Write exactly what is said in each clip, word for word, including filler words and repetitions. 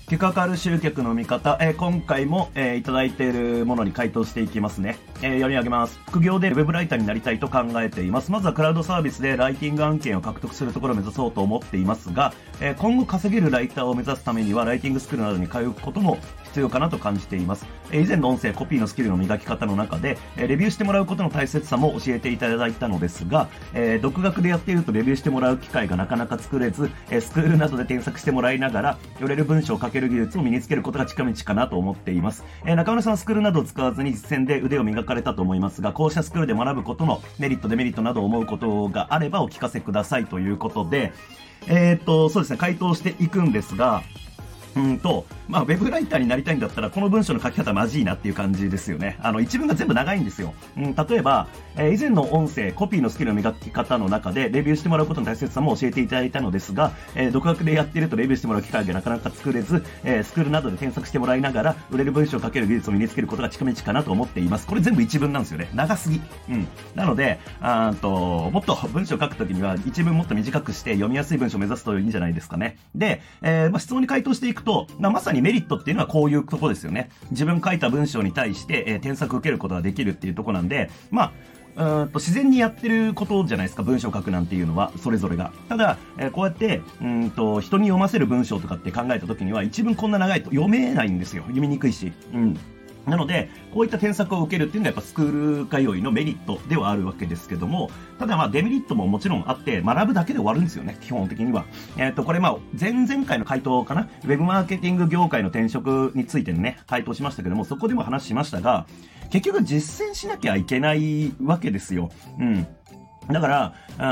結果変わる集客の見方、えー、今回も、えー、いただいているものに回答していきますね。えー、読み上げます。副業でウェブライターになりたいと考えています。まずはクラウドサービスでライティング案件を獲得するところを目指そうと思っていますが、えー、今後稼げるライターを目指すためにはライティングスクールなどに通うことも必要かなと感じています。えー、以前の音声コピーのスキルの磨き方の中で、えー、レビューしてもらうことの大切さも教えていただいたのですが、えー、独学でやっているとレビューしてもらう機会がなかなか作れず、えー、スクールなどで添削してもらいながら売れる文章を書ける技術を身につけることが近道かなと思っています。えー、中村さんはスクールなどを使わずに実践で腕を磨かれたと思いますが、こうしたスクールで学ぶことのメリットデメリットなど思うことがあればお聞かせくださいということで、えー、っとそうですね、回答していくんですが、うんと、まあ、ウェブライターになりたいんだったら、この文章の書き方マジいなっていう感じですよね。あの、一文が全部長いんですよ。うん、例えば、えー、以前の音声、コピーのスキルの磨き方の中で、レビューしてもらうことの大切さも教えていただいたのですが、えー、独学でやっているとレビューしてもらう機会がなかなか作れず、えー、スクールなどで添削してもらいながら、売れる文章を書ける技術を身につけることが近道かなと思っています。これ全部一文なんですよね。長すぎ。うん。なので、あーと、もっと文章を書くときには、一文もっと短くして読みやすい文章を目指すといいんじゃないですかね。で、えー、まあ、質問に回答していくと、まあ、まさにメリットっていうのはこういうところですよね。自分書いた文章に対して、えー、添削を受けることができるっていうところなんで、まあ、うんと自然にやってることじゃないですか、文章を書くなんていうのは、それぞれが。ただ、えー、こうやって、うんと人に読ませる文章とかって考えたときには、一文こんな長いと読めないんですよ。読みにくいし。うん。なので、こういった添削を受けるっていうのはやっぱスクール通いのメリットではあるわけですけども、ただまあデメリットももちろんあって、学ぶだけで終わるんですよね、基本的には。えっと、これまあ、前々回の回答かな、ウェブマーケティング業界の転職についてね、回答しましたけども、そこでも話しましたが、結局実践しなきゃいけないわけですよ。うん。だから、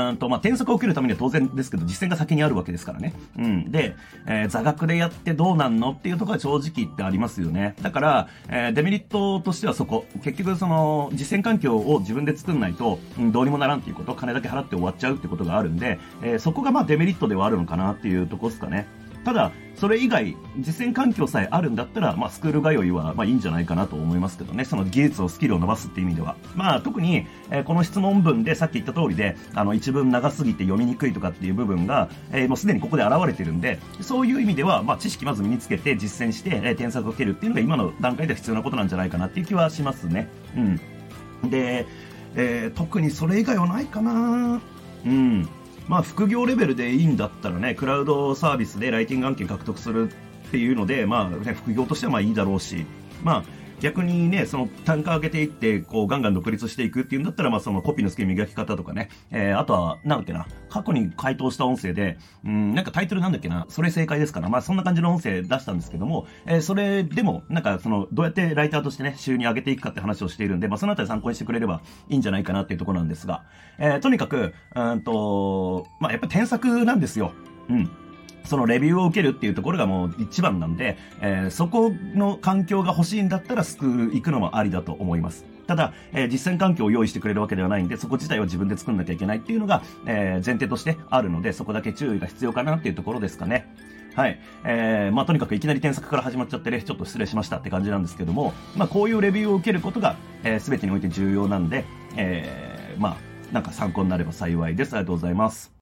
うんと、まあ、転職を受けるためには当然ですけど、実践が先にあるわけですからね。うん。で、えー、座学でやってどうなんのっていうところは正直言ってありますよね。だから、えー、デメリットとしてはそこ。結局、その、実践環境を自分で作んないと、うん、どうにもならんっていうこと、金だけ払って終わっちゃうってことがあるんで、えー、そこがまあデメリットではあるのかなっていうところですかね。ただ、それ以外、実践環境さえあるんだったら、まあ、スクール通いは、まあ、いいんじゃないかなと思いますけどね。その技術を、スキルを伸ばすっていう意味では。まあ、特に、えー、この質問文でさっき言った通りで、あの、一文長すぎて読みにくいとかっていう部分が、えー、もうすでにここで現れてるんで、そういう意味では、まあ、知識まず身につけて実践して、えー、添削を受けるっていうのが今の段階では必要なことなんじゃないかなっていう気はしますね。うん。で、えー、特にそれ以外はないかな。うん。まあ、副業レベルでいいんだったらね、クラウドサービスでライティング案件獲得するっていうので、まあ、ね、副業としてはまあいいだろうし、まあ、逆にね、その単価上げていって、こう、ガンガン独立していくっていうんだったら、まあ、そのコピーのスキル磨き方とかね、えー、あとは、なんだっけな、過去に回答した音声で、うん、なんかタイトルなんだっけな、それ正解ですかな。まあ、そんな感じの音声出したんですけども、えー、それでも、なんか、その、どうやってライターとしてね、収入上げていくかって話をしているんで、まあ、そのあたり参考にしてくれればいいんじゃないかなっていうところなんですが、えー、とにかく、うんと、まあ、やっぱり添削なんですよ。うん。そのレビューを受けるっていうところがもう一番なんで、えー、そこの環境が欲しいんだったらスクール行くのもありだと思います。ただ、えー、実践環境を用意してくれるわけではないんで、そこ自体は自分で作んなきゃいけないっていうのが、えー、前提としてあるので、そこだけ注意が必要かなっていうところですかね。はい。えー、まあ、とにかくいきなり添削から始まっちゃってね、ちょっと失礼しましたって感じなんですけども、まあ、こういうレビューを受けることが、えー、全てにおいて重要なんで、えー、まあ、なんか参考になれば幸いです。ありがとうございます。